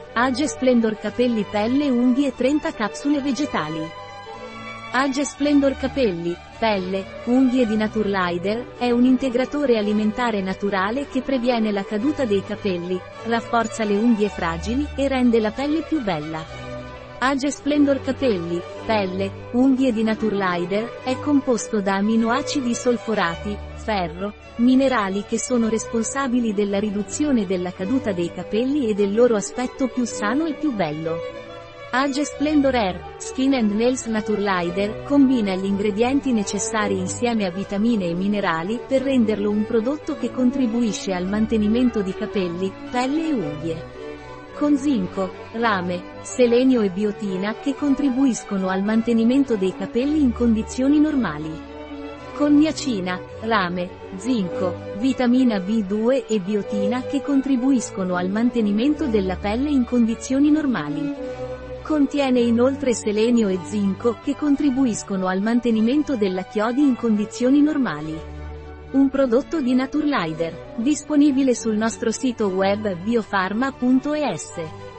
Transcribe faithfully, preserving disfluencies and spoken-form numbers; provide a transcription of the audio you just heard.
Age Splendor Capelli Pelle Unghie trenta capsule vegetali. Age Splendor Capelli, Pelle, Unghie di Naturelider, è un integratore alimentare naturale che previene la caduta dei capelli, rafforza le unghie fragili e rende la pelle più bella. Age Splendor Capelli, Pelle, Unghie di Naturelider, è composto da aminoacidi solforati, ferro, minerali che sono responsabili della riduzione della caduta dei capelli e del loro aspetto più sano e più bello. Age Splendor Hair, Skin and Nails Naturelider, combina gli ingredienti necessari insieme a vitamine e minerali per renderlo un prodotto che contribuisce al mantenimento di capelli, pelle e unghie. Con zinco, rame, selenio e biotina che contribuiscono al mantenimento dei capelli in condizioni normali. Con niacina, rame, zinco, vitamina B due e biotina che contribuiscono al mantenimento della pelle in condizioni normali. Contiene inoltre selenio e zinco che contribuiscono al mantenimento della chiodi in condizioni normali. Un prodotto di Naturelider, disponibile sul nostro sito web biofarma punto es.